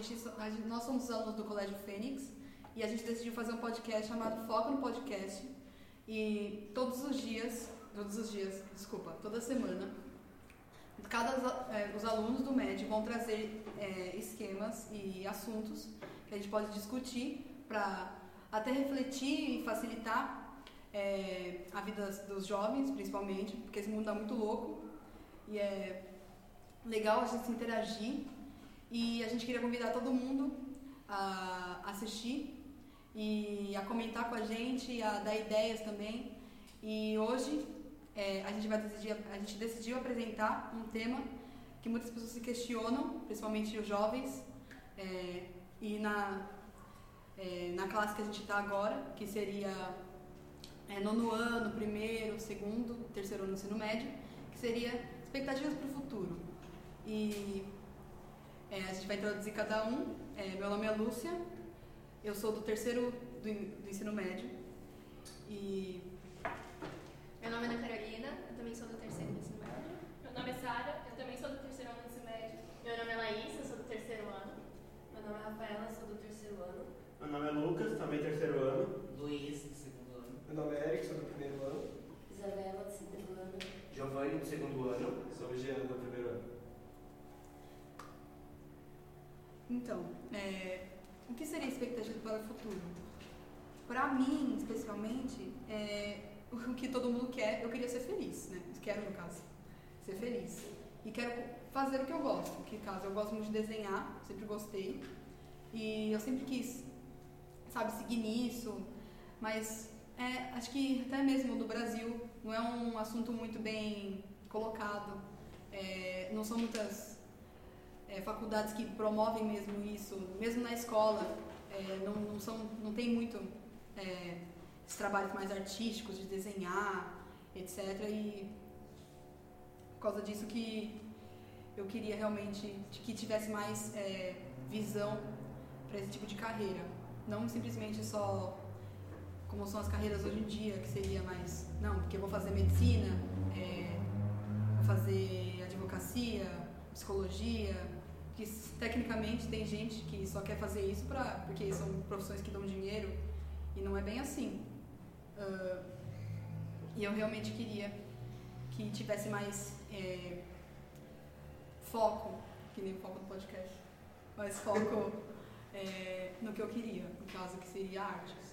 nós somos os alunos do Colégio Fênix e a gente decidiu fazer um podcast chamado Foco no Podcast. E toda semana, os alunos do MED vão trazer esquemas e assuntos que a gente pode discutir para até refletir e facilitar a vida dos jovens, principalmente, porque esse mundo está muito louco e é legal a gente interagir. E a gente queria convidar todo mundo a assistir e a comentar com a gente, a dar ideias também. E hoje a gente decidiu apresentar um tema que muitas pessoas se questionam, principalmente os jovens, e na classe que a gente está agora, que seria nono ano, primeiro, segundo, terceiro ano do ensino médio, que seria expectativas para o futuro. E a gente vai introduzir cada um. Meu nome é Lúcia, eu sou do terceiro do ensino médio. E meu nome é Ana Carolina, eu também sou do terceiro do ensino médio. Meu nome é Sara, eu também sou do terceiro ano do ensino médio. Meu nome é Laís, eu sou do terceiro ano. Meu nome é Rafaela, sou do terceiro ano. Meu nome é Lucas, também terceiro ano. Luiz, do segundo ano. Meu nome é Eric, sou do primeiro ano. Isabela, do segundo ano. Giovanni, do segundo ano. Sou o Jean, do primeiro ano. Então, o que seria expectativa para o futuro? Para mim, especialmente, o que todo mundo quer, eu queria ser feliz, né? Quero, no caso, ser feliz. E quero fazer o que eu gosto, que caso eu gosto muito de desenhar, sempre gostei. E eu sempre quis, seguir nisso, mas acho que até mesmo no Brasil não é um assunto muito bem colocado. Não são muitas faculdades que promovem mesmo isso, mesmo na escola, não tem muito esses trabalhos mais artísticos de desenhar, etc. E por causa disso que eu queria realmente que tivesse mais visão para esse tipo de carreira, não simplesmente só como são as carreiras hoje em dia, que seria mais, não, porque eu vou fazer medicina, vou fazer advocacia, psicologia, que tecnicamente tem gente que só quer fazer isso porque são profissões que dão dinheiro, e não é bem assim. E eu realmente queria que tivesse mais foco, que nem o foco do podcast, mas foco no que eu queria, no caso que seria artes.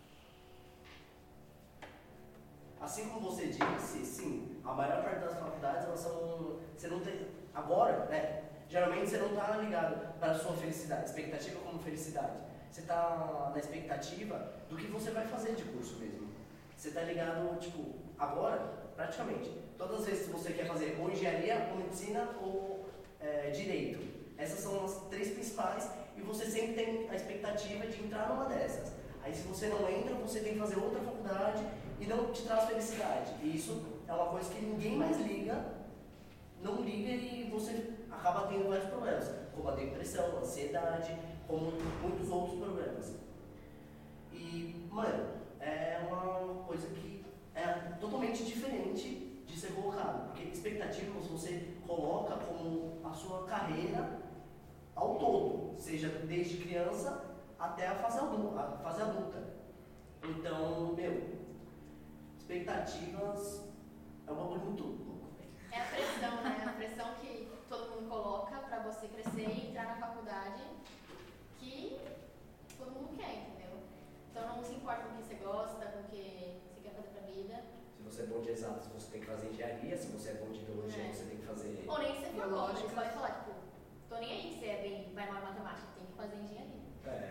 Assim como você disse, sim, a maior parte das faculdades, elas são... Você não tem... Agora, né? Geralmente você não está ligado para a sua felicidade, expectativa como felicidade. Você está na expectativa do que você vai fazer de curso mesmo. Você está ligado, agora, praticamente, todas as vezes que você quer fazer ou engenharia, ou medicina, ou direito. Essas são as três principais e você sempre tem a expectativa de entrar numa dessas. Aí se você não entra, você tem que fazer outra faculdade e não te traz felicidade. E isso é uma coisa que ninguém mais não liga e você acaba tendo vários problemas, como a depressão, a ansiedade, como muitos outros problemas. E, mano, é uma coisa que é totalmente diferente de ser colocado, porque expectativas você coloca como a sua carreira ao todo, seja desde criança até a fase adulta. Então, expectativas é um bagulho muito louco. É a pressão, né? A pressão que todo mundo coloca pra você crescer e entrar na faculdade que todo mundo quer, entendeu? Então não se importa com o que você gosta, com o que você quer fazer pra vida. Se você é bom de exatas, você tem que fazer engenharia. Se você é bom de biologia, você tem que fazer... Ou nem se for bom, você pode falar, tô nem aí se vai mal em matemática, tem que fazer engenharia.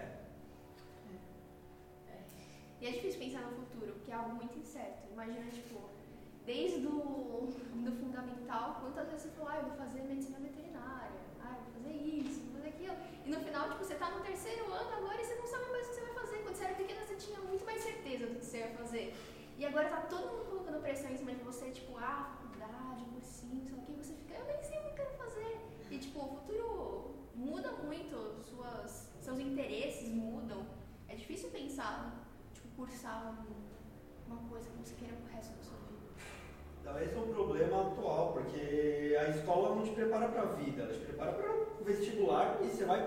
E é difícil pensar no futuro, porque é algo muito incerto. Imagina, desde o fundamental, quantas vezes você falou, eu vou fazer medicina veterinária, eu vou fazer isso, vou fazer aquilo. E no final, você tá no terceiro ano agora e você não sabe mais o que você vai fazer. Quando você era pequena, você tinha muito mais certeza do que você ia fazer. E agora tá todo mundo colocando pressão em cima de você, faculdade, cursinho, sei lá o que, e você fica, eu nem sei o que eu quero fazer. E, o futuro muda muito, seus interesses mudam. É difícil pensar, cursar uma coisa que você queira pro resto da sua vida. Então, esse é um problema atual, porque a escola não te prepara para a vida, ela te prepara para o vestibular e você vai, se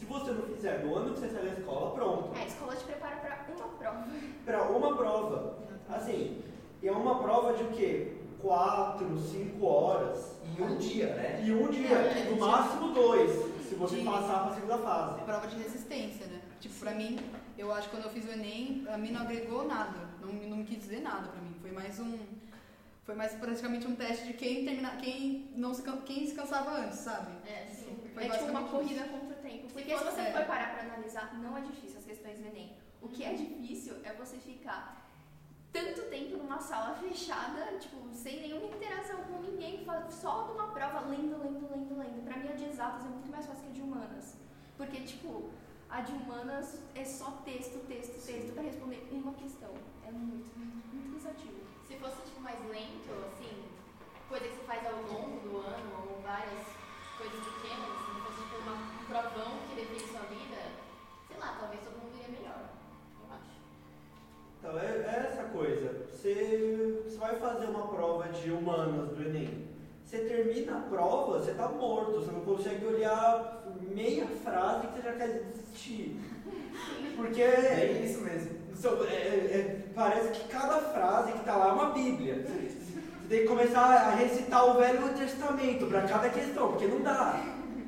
Se você não fizer no ano que você sai da escola, pronto. A escola te prepara pra uma prova. Para uma prova. Assim, é uma prova de o quê? 4, 5 horas. Em um dia, né? E um dia, no máximo 2, se você De- passar para a segunda fase. Prova de resistência, né? Tipo, pra mim, eu acho que quando eu fiz o Enem, a mim não agregou nada. Não quis dizer nada pra mim. Foi mais praticamente um teste de quem se cansava antes, sabe? Sim. Foi É tipo uma basicamente corrida contra o tempo. Porque se você É. for parar pra analisar, não é difícil as questões do Enem. O que é difícil é você ficar tanto tempo numa sala fechada, tipo, sem nenhuma interação com ninguém, só numa prova, lendo. Pra mim, a de exatas é muito mais fácil que a de humanas. Porque, tipo, a de humanas é só texto pra responder uma questão. É muito cansativo. Se fosse tipo mais lento, assim, coisa que você faz ao longo do ano, ou várias coisas pequenas, se não fosse tipo um provão que define sua vida, sei lá, talvez todo mundo iria melhor. Eu acho. Então, é essa coisa. Você vai fazer uma prova de humanas do Enem. Você termina a prova, você tá morto. Você não consegue olhar meia frase que você já quer desistir. Porque É isso mesmo. parece que cada frase que tá lá é uma bíblia. Você tem que começar a recitar o Velho Testamento para cada questão, porque não dá.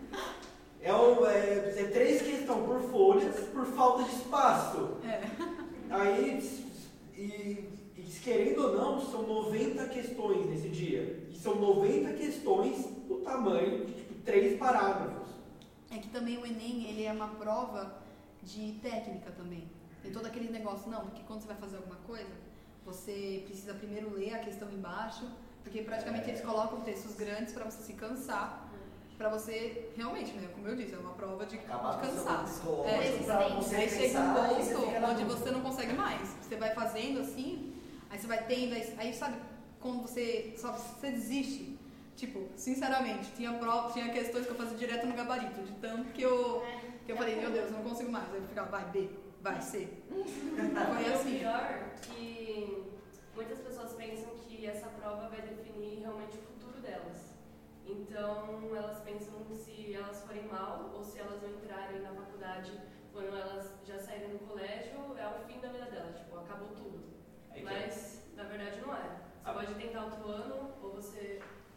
É 3 questões por folhas, por falta de espaço. Aí, querendo ou não, são 90 questões nesse dia. E são 90 questões do tamanho de 3 parágrafos. É que também o Enem, ele é uma prova de técnica também. Tem todo aquele negócio, não, porque quando você vai fazer alguma coisa, você precisa primeiro ler a questão embaixo, porque praticamente eles colocam textos grandes para você se cansar, para você, realmente, né, como eu disse, é uma prova de Acabar com o seu cansaço. psicológico pra você Aí chega um pensar e você ponto fica na onde dúvida. você não consegue mais. Você vai fazendo assim, aí você vai tendo, aí sabe, quando você desiste. Tipo, sinceramente, tinha questões que eu fazia direto no gabarito, de tanto que eu falei, meu Deus, eu não consigo mais. Aí eu ficava, vai B, vai C. Foi E o assim. pior que muitas pessoas pensam que essa prova vai definir realmente o futuro delas. Então, elas pensam se elas forem mal ou se elas não entrarem na faculdade quando elas já saírem do colégio, é o fim da vida delas, tipo, acabou tudo. Mas, na verdade, não é. Você pode tentar outro ano, ou você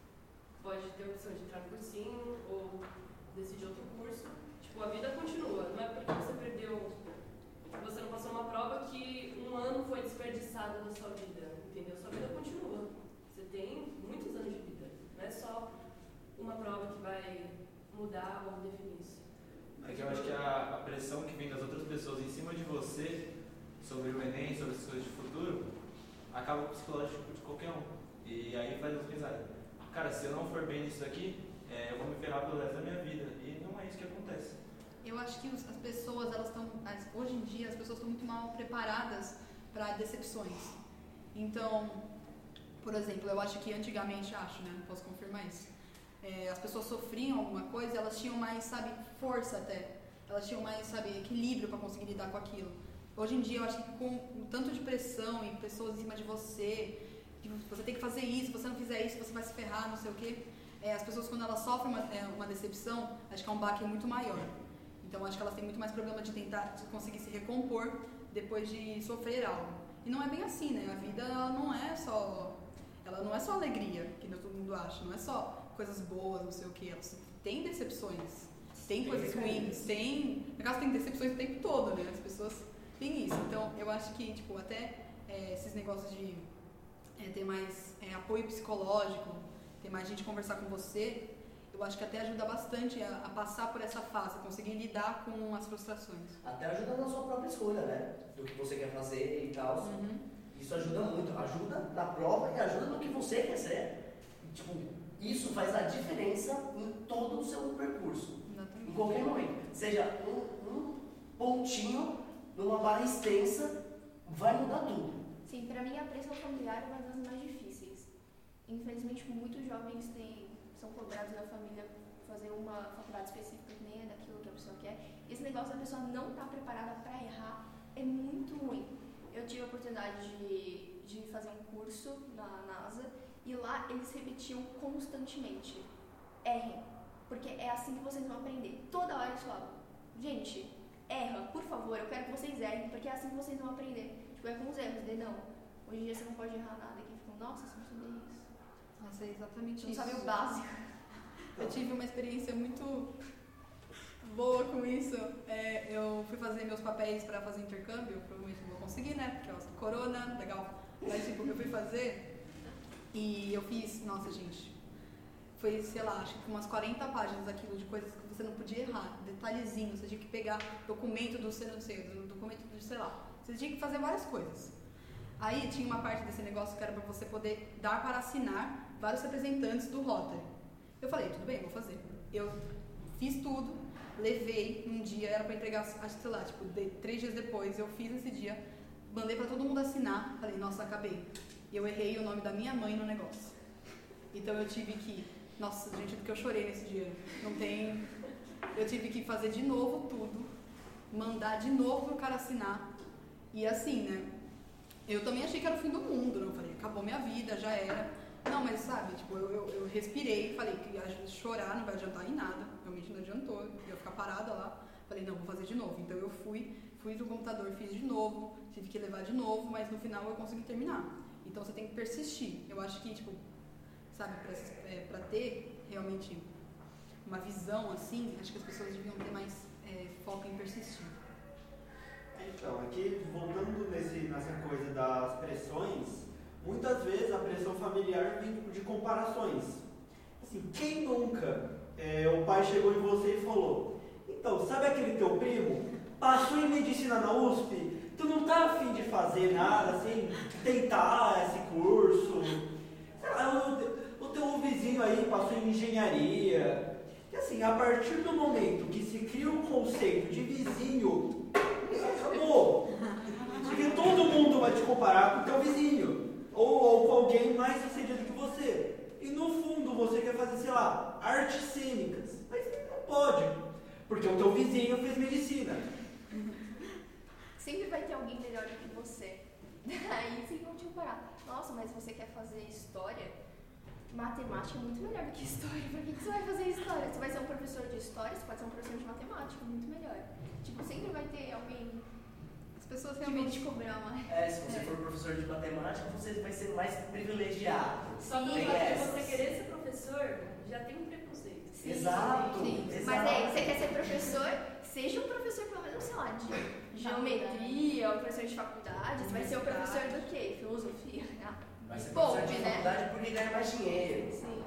pode ter a opção de entrar no cursinho, ou decidir outro curso. Tipo, a vida continua. Não é porque você perdeu, você não passou uma prova que um ano foi desperdiçado da sua vida, entendeu? Sua vida continua. Você tem muitos anos de vida. Não é só uma prova que vai mudar ou definir isso. É que eu acho que a pressão que vem das outras pessoas em cima de você, sobre o Enem, sobre as coisas de futuro, acaba com o psicológico de qualquer um. E aí faz elas pensarem, cara, se eu não for bem nisso aqui, eu vou me ferrar pelo resto da minha vida. E não é isso que acontece. Eu acho que as pessoas, hoje em dia, as pessoas estão muito mal preparadas para decepções. Então, por exemplo, eu acho que antigamente, não posso confirmar isso, as pessoas sofriam alguma coisa, elas tinham mais, sabe, força até. Elas tinham mais, sabe, equilíbrio para conseguir lidar com aquilo. Hoje em dia, eu acho que com o tanto de pressão e pessoas em cima de você, que você tem que fazer isso, se você não fizer isso, você vai se ferrar, não sei o quê. As pessoas, quando elas sofrem uma decepção, acho que é um baque muito maior. Então, acho que elas têm muito mais problema de conseguir se recompor depois de sofrer algo. E não é bem assim, né? A vida, ela não é só alegria, que todo mundo acha. Não é só coisas boas, não sei o quê. Tem decepções, tem coisas ruins, no caso, tem decepções o tempo todo, né? As pessoas têm isso. Então, eu acho que, tipo, até esses negócios de ter mais apoio psicológico, ter mais gente conversar com você, eu acho que até ajuda bastante a passar por essa fase, conseguir lidar com as frustrações. Até ajuda na sua própria escolha, né? Do que você quer fazer e tal. Uhum. Isso ajuda muito. Ajuda na prova e ajuda no que você quer ser. Tipo, isso faz a diferença em todo o seu percurso. Exatamente. Em qualquer momento. Seja um pontinho numa barra extensa, vai mudar tudo. Sim, pra mim a pressão familiar é uma das mais difíceis. Infelizmente, muitos jovens são cobrados da família fazer uma faculdade específica que nem é daquilo que a pessoa quer. Esse negócio da pessoa não estar preparada para errar é muito ruim. Eu tive a oportunidade de fazer um curso na NASA e lá eles repetiam constantemente: errem, porque é assim que vocês vão aprender. Toda hora eles falavam: gente, erra, por favor, eu quero que vocês errem, porque é assim que vocês vão aprender. Tipo, é com os erros, não. Hoje em dia você não pode errar nada, que ficam, nossa, você não sabia isso. Nossa, é exatamente Você não isso. sabe o básico. Eu tive uma experiência muito boa com isso. Eu fui fazer meus papéis pra fazer intercâmbio, provavelmente não vou conseguir, né? Porque é corona, legal. Mas tipo, eu fui fazer e eu fiz, nossa gente, foi, sei lá, acho que umas 40 páginas aquilo de coisas que você não podia errar, detalhezinhos, você tinha que pegar documento do documento do, sei lá, você tinha que fazer várias coisas. Aí tinha uma parte desse negócio que era pra você poder dar para assinar vários representantes do Rotary. Eu falei, tudo bem, vou fazer. Eu fiz tudo, levei um dia, era pra entregar, acho que sei lá, tipo, 3 dias depois, eu fiz esse dia, mandei pra todo mundo assinar, falei, nossa, acabei. E eu errei o nome da minha mãe no negócio. Então eu tive que, nossa, gente, do que eu chorei nesse dia, não tem... Eu tive que fazer de novo tudo, mandar de novo pro cara assinar, e assim, né, eu também achei que era o fim do mundo, não, eu falei, acabou minha vida, já era. Não, mas sabe, tipo, eu respirei, falei que chorar não vai adiantar em nada, realmente não adiantou, eu ia ficar parada lá, falei, não, vou fazer de novo. Então eu fui no computador, fiz de novo, tive que levar de novo, mas no final eu consegui terminar. Então você tem que persistir. Eu acho que, tipo, sabe, pra ter realmente uma visão assim, acho que as pessoas deviam ter mais foco em persistir. Então, aqui, voltando nessa coisa das pressões, muitas vezes a pressão familiar vem de comparações. Assim, quem nunca o pai chegou em você e falou, então, sabe aquele teu primo? Passou em medicina na USP? Tu não tá afim de fazer nada, assim, tentar esse curso? Sei lá, o teu vizinho aí passou em engenharia. E assim, a partir do momento que se cria um conceito de vizinho, acabou. Porque todo mundo vai te comparar com o teu vizinho. Ou com alguém mais sucedido que você. E no fundo você quer fazer, sei lá, artes cênicas. Mas não pode. Porque o teu vizinho fez medicina. Sempre vai ter alguém melhor do que você. Aí sempre vão te comparar. Nossa, mas você quer fazer história? Matemática é muito melhor do que história. Por que você vai fazer história? Você vai ser um professor de história, você pode ser um professor de matemática, muito melhor. Tipo, sempre vai ter alguém... As pessoas realmente cobrar mais. Se você for professor de matemática, você vai ser mais privilegiado. Só pelo fato de você querer ser professor, já tem um preconceito. Sim. Exato. Sim. Exato. Mas aí, você quer ser professor, seja um professor pelo menos, sei lá, de geometria, ou professor de faculdade. Você vai ser o professor do quê? Filosofia? Vai ser professor de faculdade porque ganha mais dinheiro. Sim.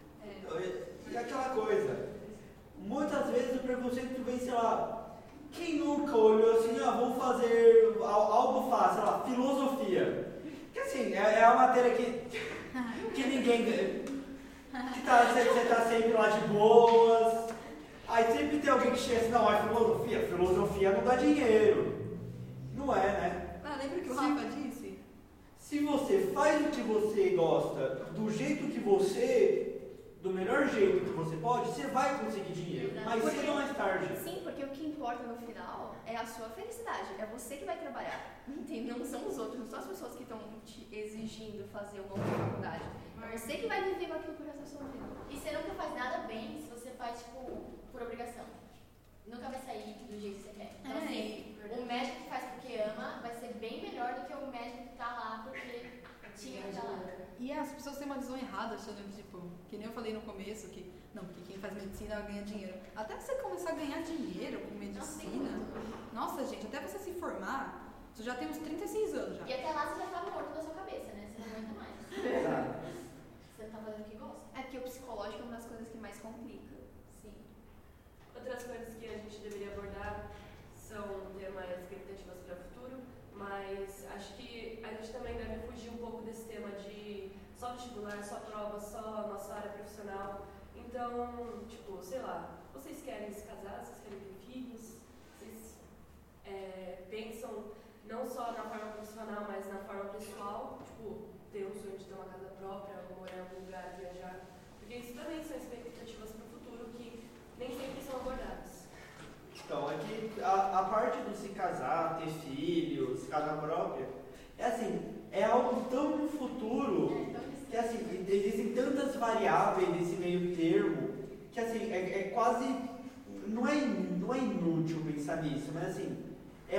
E aquela coisa, muitas vezes o preconceito vem, sei lá, quem nunca olhou assim, vamos fazer algo fácil, sei lá, filosofia. Que assim, é a matéria que ninguém ganha. Você tá sempre lá de boas. Aí sempre tem alguém que chega assim, não, é filosofia não dá dinheiro. Não é, né? Lembra que o Rafa disse? Se você faz o que você gosta, do jeito que do melhor jeito que você pode, você vai conseguir dinheiro. Mais cedo ou mais tarde. Sim, porque o que importa no final é a sua felicidade. É você que vai trabalhar. Entendeu? Não são os outros, não são as pessoas que estão te exigindo fazer uma outra faculdade. É você que vai viver com aquilo por resto da sua vida. E você nunca faz nada bem se você faz, tipo, por obrigação. Nunca vai sair do jeito que você quer. Então, assim, o médico que faz porque ama vai ser bem melhor do que o médico que tá lá porque tinha que estar lá. E as pessoas têm uma visão errada, achando que, tipo, que nem eu falei no começo, que não, porque quem faz medicina ganha dinheiro. Até você começar a ganhar dinheiro com medicina, nossa gente, até você se formar, você já tem uns 36 anos já. E até lá você já tá morto da sua cabeça, né? Você não aguenta mais. Você não tá fazendo o que gosta. É porque o psicológico é uma das coisas que mais complica. Sim. Outras coisas que a gente deveria abordar são ter mais expectativas para o futuro, mas acho que a gente também deve fugir um pouco desse tema de só vestibular, só prova, só nossa área profissional. Então, tipo, sei lá, vocês querem se casar, vocês querem ter filhos, vocês pensam não só na forma profissional, mas na forma pessoal, tipo, ter um sonho de ter uma casa própria, morar em algum lugar, viajar, porque isso também são expectativas para o futuro que nem sempre são abordadas. Então, aqui a parte do se casar, ter filhos, casa própria, é algo tão no futuro que existem tantas variáveis nesse meio termo que é quase não é inútil pensar nisso, mas assim, é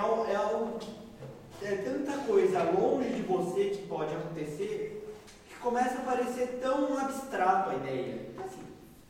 tanta coisa longe de você que pode acontecer que começa a parecer tão abstrato a ideia. Então, assim,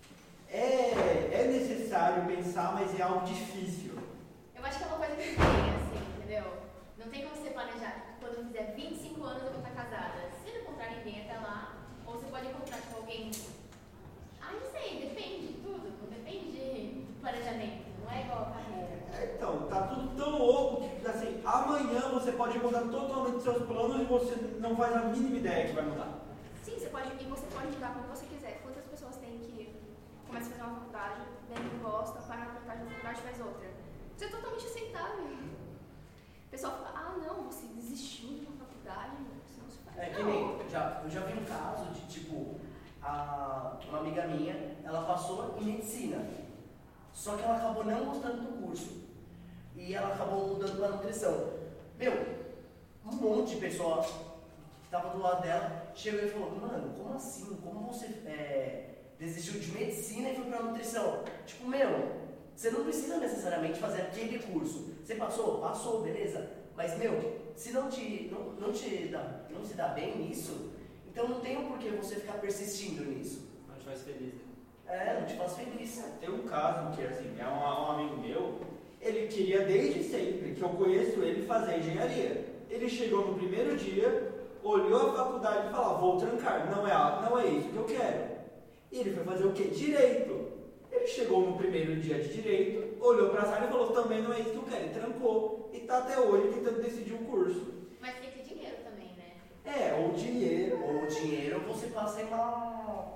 é necessário pensar, mas é algo difícil. Eu acho que é uma coisa que tem, assim, entendeu? Não tem como você planejar, quando eu fizer 25 anos eu vou estar casada. Se não encontrar ninguém até lá, ou você pode encontrar com alguém. Ah, não sei, depende de tudo, não depende do planejamento, não é igual a carreira. Então, tá tudo tão louco que, assim, amanhã você pode mudar totalmente seus planos e você não faz a mínima ideia que vai mudar. Sim, você pode mudar como você quiser. Quantas pessoas têm que começa a fazer uma faculdade, daí não gosta, para na metade da faculdade e faz outra? Isso é totalmente aceitável. O pessoal fala, ah não, você desistiu de uma faculdade, você não se faz. É que nem, eu já vi um caso de tipo, uma amiga minha, ela passou em medicina, só que ela acabou não gostando do curso. E ela acabou mudando para nutrição. Meu, um monte de pessoa que estava do lado dela chegou e falou, mano, como assim? Como você desistiu de medicina e foi para nutrição? Tipo, meu, você não precisa necessariamente fazer aquele curso. Você passou? Passou, beleza. Mas, meu, se não se dá bem nisso, então não tem um porquê você ficar persistindo nisso. Não te faz feliz, né? Não te faz feliz. Tem um caso que, assim, é um amigo meu, ele queria desde sempre, que eu conheço ele, fazer engenharia. Ele chegou no primeiro dia, olhou a faculdade e falou, vou trancar, não é isso que eu quero. E ele foi fazer o quê? Direito. Ele chegou no primeiro dia de Direito, olhou para a sala e falou, também não é isso que eu quero. Ele trancou e está até hoje tentando decidir um curso. Mas tem que ter dinheiro também, né? Ou dinheiro. Ou dinheiro, ou você passa em uma...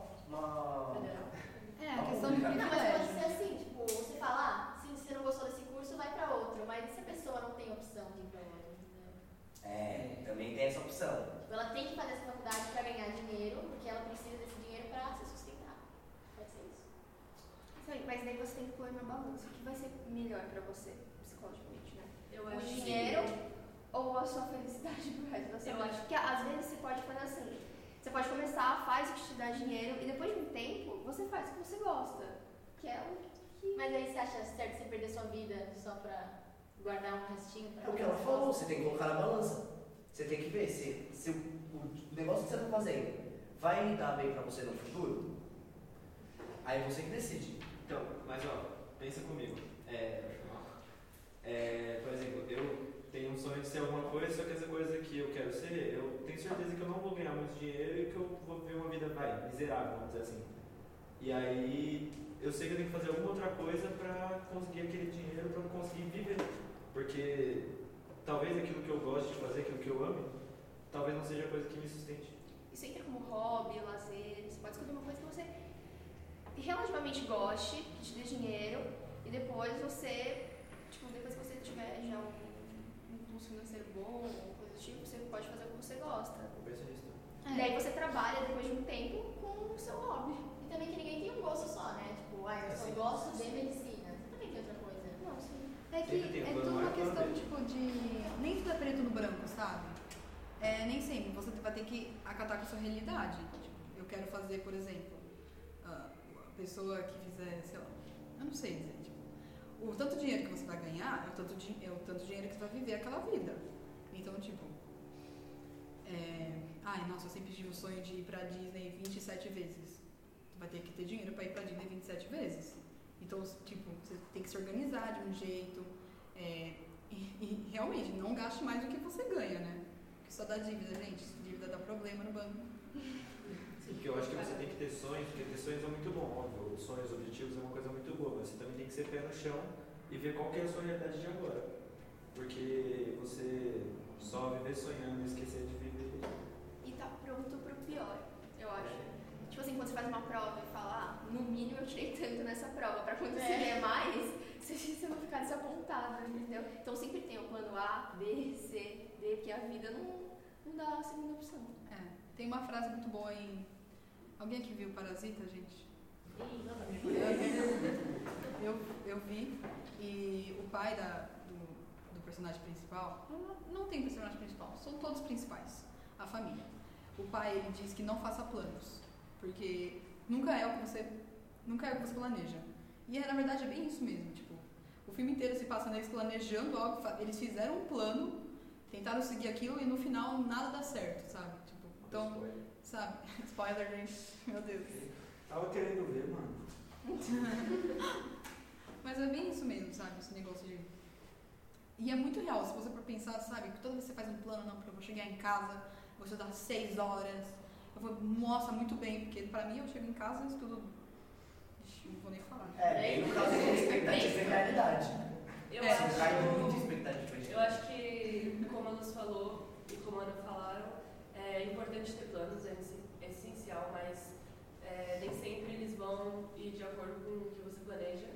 A questão de Não, mas privilégio. pode ser assim, tipo, você fala, se você não gostou desse curso, vai pra outro. Mas e se a pessoa não tem opção de ir pra outro, entendeu? Também tem essa opção. Ela tem que fazer essa faculdade pra ganhar dinheiro, porque ela precisa desse dinheiro pra se sustentar. Pode ser isso. Mas daí você tem que pôr na balança. O que vai ser melhor pra você, psicologicamente, né? Eu O acho dinheiro ou a sua felicidade pro resto da sua Eu vida? acho. Porque às vezes você pode fazer assim. Você pode começar, faz o que te dá dinheiro e depois de um tempo você faz o que você gosta. Que é o que... Mas aí você acha certo você perder sua vida só pra guardar um restinho pra É o que ela falou, você tem que colocar na balança. Você tem que ver se o negócio que você está fazendo vai dar bem pra você no futuro. Aí você que decide. Então, mas ó, pensa comigo. Por exemplo, eu tenho um sonho de ser alguma coisa, só que essa coisa que eu quero ser, eu tenho certeza que eu não vou ganhar muito dinheiro e que eu vou viver uma vida, miserável, vamos dizer assim. E aí, eu sei que eu tenho que fazer alguma outra coisa pra conseguir aquele dinheiro, pra eu conseguir viver. Porque talvez aquilo que eu gosto de fazer, aquilo que eu amo, talvez não seja a coisa que me sustente. Isso entra como hobby, lazer. Você pode escolher uma coisa que você relativamente goste, que te dê dinheiro, e depois você, depois que você tiver já um impulso financeiro bom, ou coisa do tipo, você pode fazer o que você gosta. Eu penso nisso. E daí você trabalha depois de um tempo com o seu hobby. E também que ninguém tem um gosto só, né? Tipo, eu só gosto de medicina. Você também tem outra coisa. Não, sim. É que é tudo uma questão de... Nem tudo é preto no branco, sabe? Nem sempre. Você vai ter que acatar com a sua realidade. Eu quero fazer, por exemplo, a pessoa que fizer, sei lá, eu não sei dizer, o tanto dinheiro que você vai ganhar é o tanto dinheiro que você vai viver aquela vida. Então, nossa, eu sempre tive o sonho de ir pra Disney 27 vezes. Você vai ter que ter dinheiro pra ir pra Disney 27 vezes. Então, você tem que se organizar de um jeito. E realmente, não gaste mais do que você ganha, né? Porque só dá dívida, gente. Dívida dá problema no banco. Sim, porque eu acho que você tem que ter sonhos, porque ter sonhos é muito bom, óbvio. Os sonhos, objetivos é uma coisa muito boa, mas você também tem que ser pé no chão e ver qual que é a sua realidade de agora. Porque você só viver sonhando e esquecer de viver. E tá pronto pro pior, eu acho. Tipo assim, quando você faz uma prova e fala, no mínimo eu tirei tanto nessa prova, pra quando você der mais, você não ficar desapontado, entendeu? Então sempre tem o plano A, B, C, D, porque a vida não dá a segunda opção. Tem uma frase muito boa em... Alguém aqui viu Parasita, gente? Eu vi, e o pai do personagem principal, não tem personagem principal, são todos principais, a família. O pai, ele diz que não faça planos, porque nunca é o que você planeja. E na verdade é bem isso mesmo, tipo, o filme inteiro se passa neles planejando algo, eles fizeram um plano, tentaram seguir aquilo e no final nada dá certo, sabe? Tipo, então, sabe? Spoiler, gente, meu Deus. Tava querendo ver, mano. Mas é bem isso mesmo, sabe? Esse negócio de... E é muito real, se você for pensar, sabe? Que toda vez que você faz um plano, não, porque eu vou chegar em casa, vou estudar 6 horas, eu vou, nossa, muito bem, porque pra mim eu chego em casa e estudo... Ixi, não vou nem falar. Bem no caso de expectativa e realidade. Eu Cai muito expectativa. Eu acho que, como a Luz falou e como a Ana falaram, é importante ter planos, é essencial, mas nem sempre eles vão ir de acordo com o que você planeja.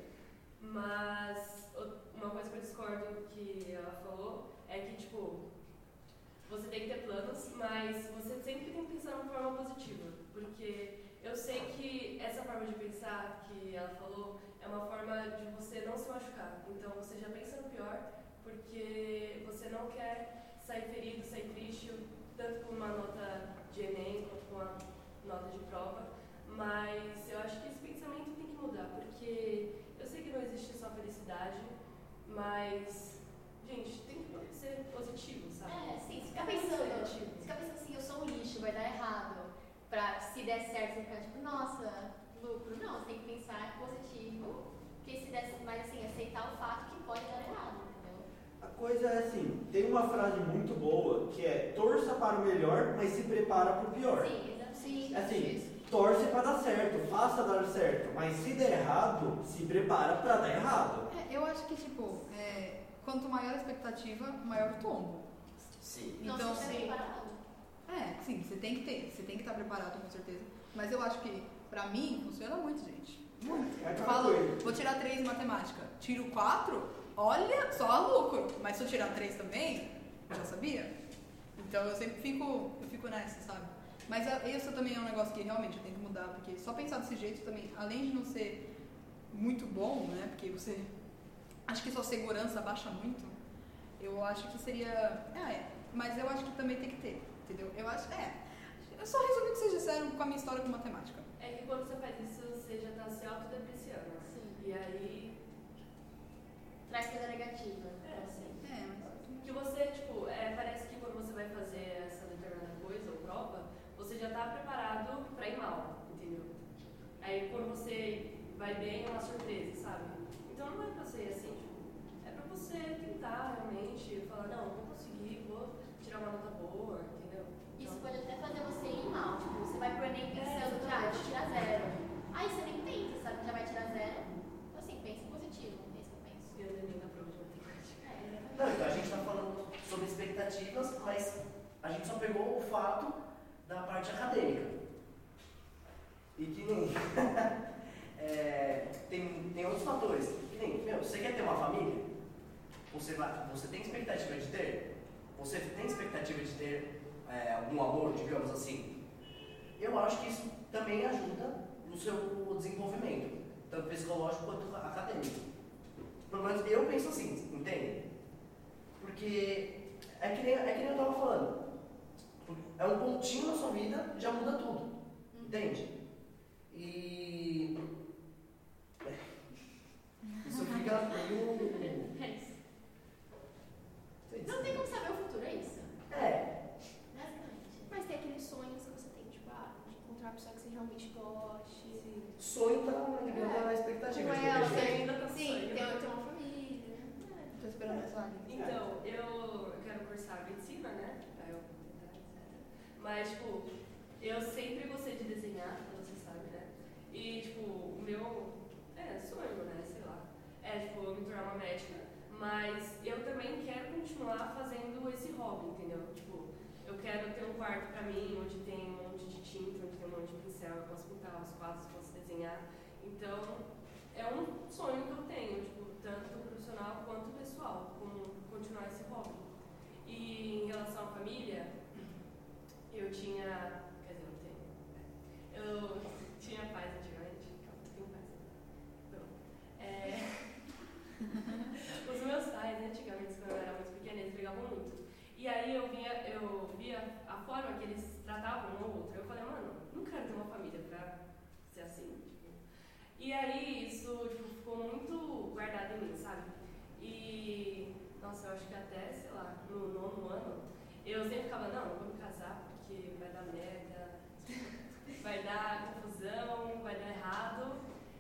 Mas uma coisa que eu discordo que ela falou é que, tipo, você tem que ter planos, mas você sempre tem que pensar de uma forma positiva. Porque eu sei que essa forma de pensar que ela falou é uma forma de você não se machucar. Então você já pensa no pior, porque você não quer sair ferido, sair triste, tanto com uma nota de Enem quanto com uma nota de prova. Mas eu acho que esse pensamento tem que mudar, porque eu sei que não existe só felicidade, mas, gente, tem que ser positivo, sabe? Sim, você fica pensando assim, eu sou um lixo, vai dar errado. Pra se der certo, você fica tipo, nossa, lucro. Não, você tem que pensar positivo, porque se der, mas assim, aceitar o fato que pode dar errado, entendeu? A coisa é assim, tem uma frase muito boa que é: torça para o melhor, mas se prepara para o pior. Sim, exatamente. Assim, torce para dar certo, faça dar certo, mas se der errado, se prepara para dar errado. Eu acho que, tipo, quanto maior a expectativa, maior o tombo. Sim. Então, você tem que preparado. Sim, você tem que ter, você tem que estar preparado, com certeza. Mas eu acho que, pra mim, funciona muito, gente. Muito. É Eu aquela falo, coisa. vou tirar 3 em matemática. Tiro 4, olha, só lucro. Mas se eu tirar 3 também, eu já sabia. Então eu sempre fico nessa, sabe? Mas isso também é um negócio que realmente eu tenho que mudar, porque só pensar desse jeito também, além de não ser muito bom, né? Porque você... Acho que sua segurança baixa muito. Eu acho que seria... mas eu acho que também tem que ter, entendeu? Eu acho... Eu só resumi o que vocês disseram com a minha história com matemática. É que quando você faz isso, você já tá se autodepreciando. Sim. E aí... Traz coisa negativa pra você. Que você, tipo, parece que quando você vai fazer essa determinada coisa ou prova, você já tá preparado pra ir mal, entendeu? Aí quando você vai bem, é uma surpresa, sabe? Então não é pra ser assim, tipo, é pra você tentar realmente falar, não, vou conseguir, vou tirar uma nota boa, entendeu? Isso pode até fazer você ir mal. Tipo, você vai pro Enem pensando, vou tirar 0. Aí você nem pensa, sabe? Já vai tirar 0. Então assim, pense positivo, é isso que eu penso. E eu nem na prova de matemática. Não, então a gente tá falando sobre expectativas, mas a gente só pegou o fato da parte acadêmica. E que nem... tem outros fatores. Que nem, você quer ter uma família? Você tem expectativa de ter? Você tem expectativa de ter algum amor, digamos assim? Eu acho que isso também ajuda no seu desenvolvimento, tanto psicológico quanto acadêmico. Pelo menos eu penso assim, entende? Porque é que nem eu estava falando. É um pontinho na sua vida, já muda tudo. Entende? E isso fica meio... Não tem como saber o futuro, é isso? Basicamente. Mas tem aqueles sonhos que você tem, tipo, de encontrar a pessoa que você realmente goste. Sim. Sonho tá ligado à expectativa. Com de ela, qualquer jeito. ainda tá sim, sonhando. ter uma família. Tô esperando essa vaga. Então, eu quero cursar medicina, né? Pra eu tentar, etc. Mas, tipo, eu sempre gostei de desenhar, você sabe, né? E, tipo, o meu sonho, né? Sei lá. Tipo, eu me tornar uma médica, mas eu também quero continuar fazendo esse hobby, entendeu? Tipo, eu quero ter um quarto pra mim, onde tem um monte de tinta, onde tem um monte de pincel, eu posso pintar os quadros, posso desenhar. Então, é um sonho que eu tenho, tipo, tanto profissional quanto pessoal, como continuar esse hobby. E em relação à família, eu tinha... Quer dizer, eu tenho. Eu tinha pais antigamente. Calma, eu tenho pais. Não. Os meus pais, antigamente, quando eu era muito pequena, eles brigavam muito. E aí eu via a forma que eles tratavam um ao outro. Eu falei, mano, não quero ter uma família pra ser assim. Tipo. E aí isso tipo, ficou ficou muito guardado em mim, sabe? E, nossa, eu acho que até, sei lá, no 9º ano, eu sempre ficava, não, eu vou me casar porque vai dar merda, vai dar confusão, vai dar errado.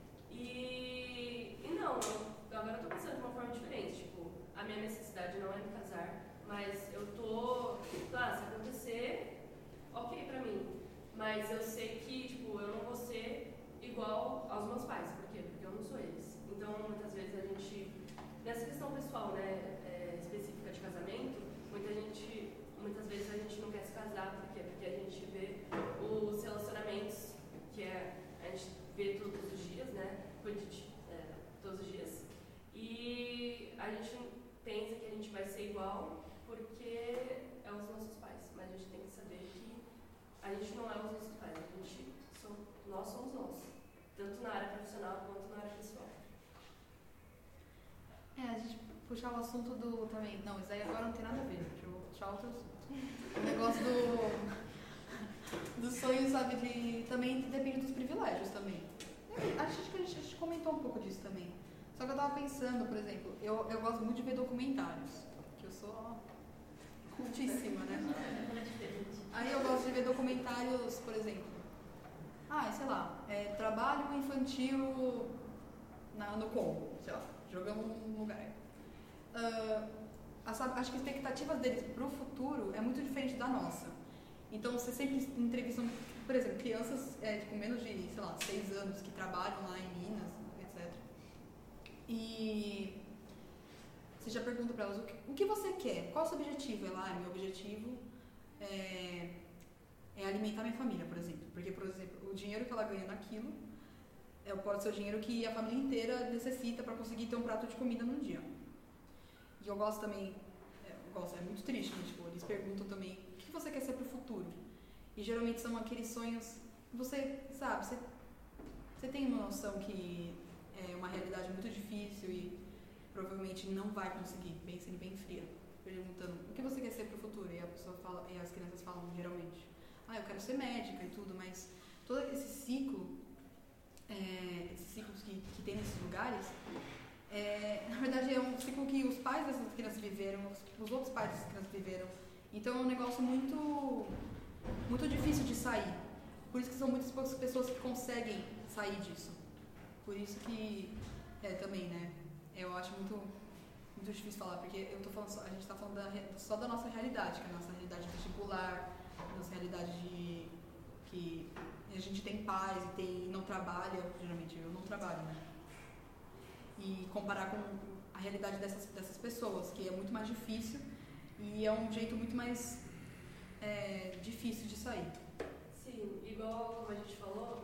E não, agora eu tô pensando de uma forma diferente, tipo, a minha necessidade não é me casar, mas eu tô, claro, se acontecer, ok pra mim. Mas eu sei que, tipo, eu não vou ser igual aos meus pais. Por quê? Porque eu não sou eles. Então, muitas vezes a gente, nessa questão pessoal, né, específica de casamento, muitas vezes a gente não quer se casar. Por quê? Porque a gente vê os relacionamentos, que a gente vê todos os dias, né, todos os dias. E a gente pensa que a gente vai ser igual porque é os nossos pais. Mas a gente tem que saber que a gente não é os nossos pais, nós somos nós, tanto na área profissional quanto na área pessoal. A gente puxar o assunto do também, não, isso aí agora não tem nada a ver, deixa eu puxar outro assunto. O negócio do sonho, sabe, também depende dos privilégios também. Acho que a gente comentou um pouco disso também. Só que eu tava pensando, por exemplo, eu gosto muito de ver documentários, que eu sou cultíssima, né? Aí eu gosto de ver documentários, por exemplo, sei lá, trabalho infantil no Congo, sei lá, jogamos num lugar. Acho que a expectativa deles pro futuro é muito diferente da nossa. Então você sempre entrevista, por exemplo, crianças com menos de, sei lá, 6 anos que trabalham lá em Minas, etc. E você já pergunta para elas o que você quer, qual é o seu objetivo? Meu objetivo é alimentar minha família, por exemplo. Porque, por exemplo, o dinheiro que ela ganha naquilo pode ser o dinheiro que a família inteira necessita para conseguir ter um prato de comida no dia. E eu gosto também, é muito triste, né? Tipo, eles perguntam também o que você quer ser pro futuro. E geralmente são aqueles sonhos, você sabe, você tem uma noção que é uma realidade muito difícil e provavelmente não vai conseguir, sendo bem fria. Perguntando o que você quer ser pro futuro. E a pessoa fala, e as crianças falam geralmente, eu quero ser médica e tudo, mas todo esse ciclo, esses ciclos que tem nesses lugares, na verdade é um ciclo que os pais dessas crianças viveram, os outros pais dessas crianças viveram. Então é um negócio muito, muito difícil de sair. Por isso que são muitas poucas pessoas que conseguem sair disso. Por isso que também, né? Eu acho muito difícil falar, porque a gente está falando só da nossa realidade, que é a nossa realidade vestibular, a nossa realidade de que a gente tem pais e não trabalha, geralmente eu não trabalho, né? E comparar com a realidade dessas pessoas, que é muito mais difícil e é um jeito muito mais difícil de sair. Sim, igual como a gente falou,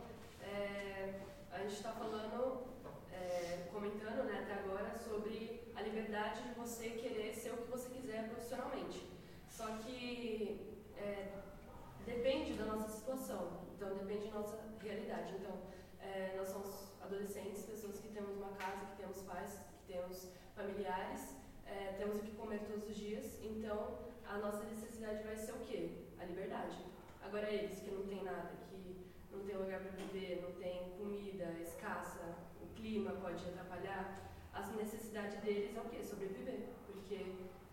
a gente está falando, comentando, né, até agora sobre a liberdade de você querer ser o que você quiser profissionalmente. Só que depende da nossa situação, então depende da nossa realidade. Então, nós somos adolescentes, pessoas que temos uma casa, que temos pais, que temos familiares, temos o que comer todos os dias, então a nossa necessidade vai ser o quê? A liberdade. Agora eles que não tem nada, que não tem lugar para viver, não tem comida escassa, o clima pode atrapalhar, a necessidade deles é o quê? Sobreviver, porque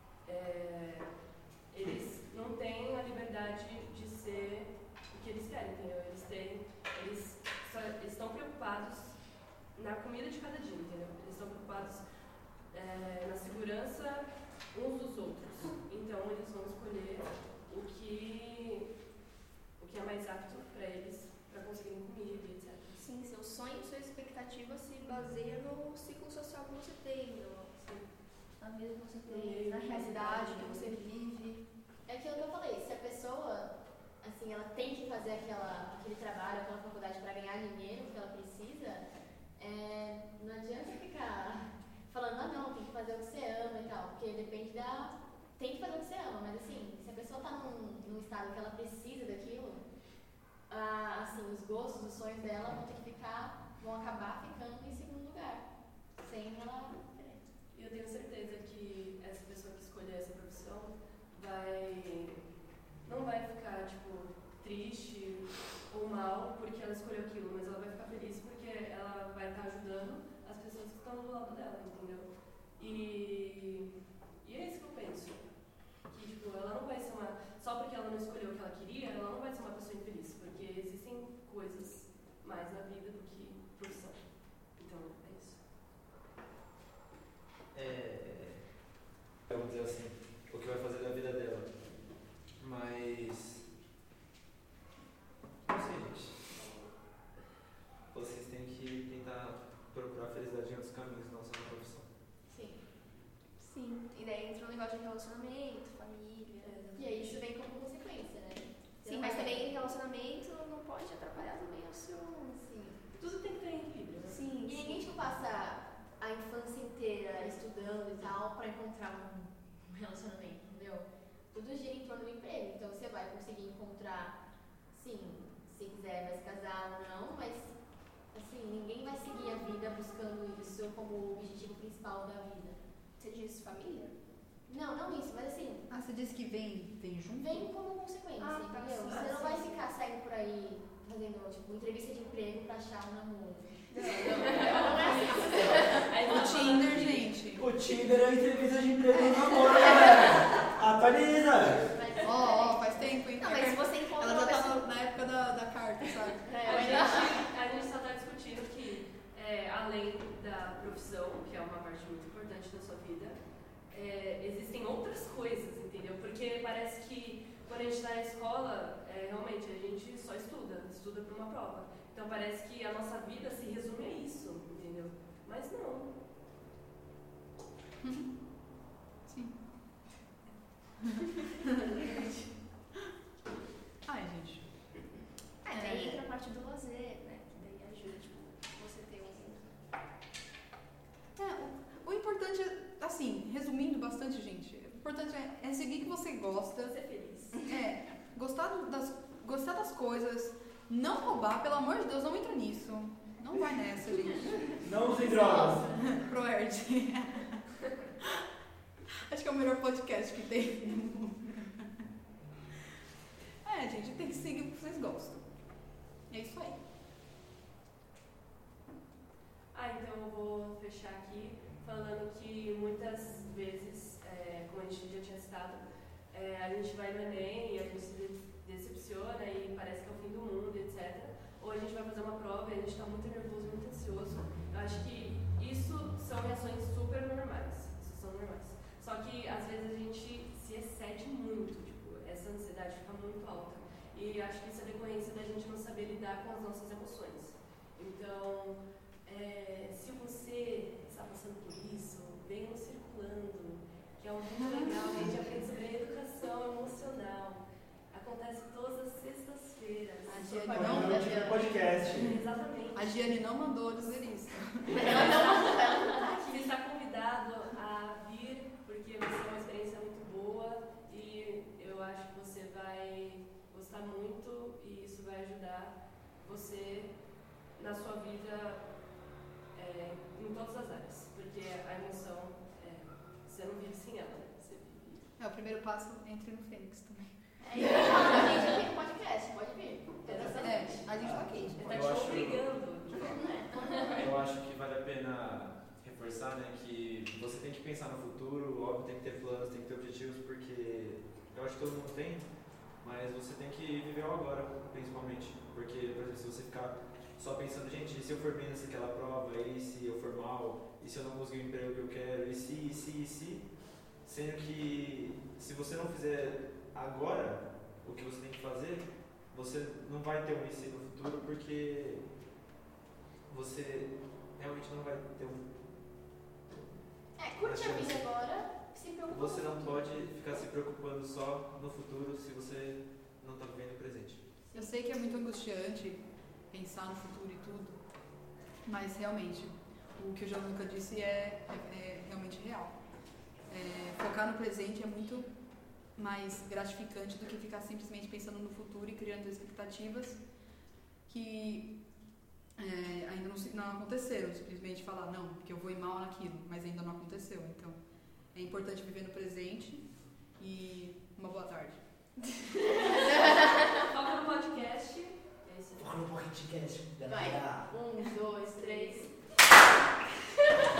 eles não têm a liberdade de ser o que eles querem, entendeu? Eles estão preocupados na comida de cada dia, entendeu? Eles estão preocupados na segurança uns dos outros. Então eles vão escolher o que é mais apto para eles, para conseguirem comida, etc. Sim, seu sonho, sua expectativa se baseia no ciclo social que você tem, na vida que você tem, na realidade que você vive. É aquilo que eu falei, se a pessoa, assim, ela tem que fazer aquele trabalho, aquela faculdade para ganhar dinheiro que ela precisa, não adianta ficar falando, não, tem que fazer o que você ama e tal, porque depende tem que fazer o que você ama, mas assim, se a pessoa está num estado que ela precisa daquilo, assim, os gostos, os sonhos dela vão acabar ficando em segundo lugar, sem ela querer. E eu tenho certeza que essa pessoa que escolher essa profissão não vai ficar, tipo, triste ou mal porque ela escolheu aquilo, mas ela vai ficar feliz porque ela pessoas que estão do lado dela, entendeu? E é isso que eu penso. Que, tipo, ela não vai ser uma... Só porque ela não escolheu o que ela queria, ela não vai ser uma pessoa infeliz. Porque existem coisas mais na vida do que profissão. Então, é isso. Vamos dizer assim, o que vai fazer da vida dela. Mas... não sei, gente. Vocês têm que tentar procurar felicidade em outros caminhos, não só na profissão. Sim. Sim. E daí entra o negócio de relacionamento, família. E aí isso vem como consequência, né? Sim, mas também relacionamento não pode atrapalhar também o seu... Sim. Tudo tem que ter equilíbrio, né? Sim. E ninguém tipo passa a infância inteira estudando e tal pra encontrar um relacionamento, entendeu? Tudo gira em torno do emprego, então você vai conseguir encontrar, sim, se quiser vai se casar ou não, mas assim, ninguém vai seguir a vida buscando isso como o objetivo principal da vida. Você diz família? Não isso, mas assim, Você disse que vem junto? vem como consequência, Ah, tá, entendeu? sim. Você não vai ficar saindo por aí fazendo, tipo, entrevista de emprego pra achar um namoro. Não é assim. O Tinder, gente. O Tinder é a entrevista de emprego no namoro, galera. Atualiza! Mas, Ó, faz tempo, hein? Não, mas se você encontra Ela uma já pessoa... tá na época da carta, sabe? A gente só está discutindo que, além da profissão, que é uma parte muito importante da sua vida, existem outras coisas, entendeu? Porque parece que quando a gente está na escola, realmente a gente só estuda para uma prova. Então parece que a nossa vida se resume a isso, entendeu? Mas não. Sim. Ai, gente. Daí entra a parte do lazer, né? Que daí ajuda, tipo, você ter O importante é, assim, resumindo bastante, gente, o importante é seguir o que você gosta. Ser feliz. Gostar das coisas, não roubar, pelo amor de Deus, não entra nisso. Não vai nessa, gente. Não usem drogas. Proerd. Acho que é o melhor podcast que tem no mundo. Gente, tem que seguir o que vocês gostam. É isso aí. Então eu vou fechar aqui falando que muitas vezes, como a gente já tinha citado, a gente vai no Enem e a gente se decepciona e parece que é o fim do mundo, etc. Ou a gente vai fazer uma prova e a gente está muito nervoso, muito ansioso. Eu acho que isso são reações super normais. Isso são normais. Só que às vezes a gente se excede muito, tipo, essa ansiedade fica muito alta. E acho que isso é decorrência da gente não saber lidar com as nossas emoções. Então, se você está passando por isso, venha no Circulando, que é um muito legal, a gente aprende sobre educação emocional. Acontece todas as sextas-feiras. A Giane Pode não, ver o tipo de podcast. Exatamente. a Giane não mandou dizer isso. Você está convidado a vir, porque vai ser uma experiência muito boa e eu acho que você vai gostar muito e isso vai ajudar você na sua vida em todas as áreas, porque a emoção, você não vive sem ela, né? Você vive. O primeiro passo entre no Fênix também. A gente tem um podcast, pode vir. A gente tá aqui. Ele tá Eu te acho- obrigando. Eu acho que vale a pena reforçar, né, que você tem que pensar no futuro, óbvio, tem que ter planos, tem que ter objetivos, porque eu acho que todo mundo tem, mas você tem que viver o agora, principalmente. Porque, por exemplo, se você ficar só pensando, gente, e se eu for bem naquela prova, e se eu for mal, e se eu não conseguir o emprego que eu quero, e se, sendo que se você não fizer agora o que você tem que fazer, você não vai ter um e se no futuro, porque você realmente não vai ter um... Curte a vida agora, se preocupa. Você não pode ficar se preocupando só no futuro se você não está vivendo o presente. Eu sei que é muito angustiante pensar no futuro e tudo, mas realmente, o que o Gianluca disse é realmente real. Focar no presente é muito mais gratificante do que ficar simplesmente pensando no futuro e criando expectativas que ainda não aconteceram. Simplesmente falar, não, porque eu vou ir mal naquilo, mas ainda não aconteceu. Então, é importante viver no presente e uma boa tarde. Foca no podcast. Foca no podcast. Vai. 1, 2, 3.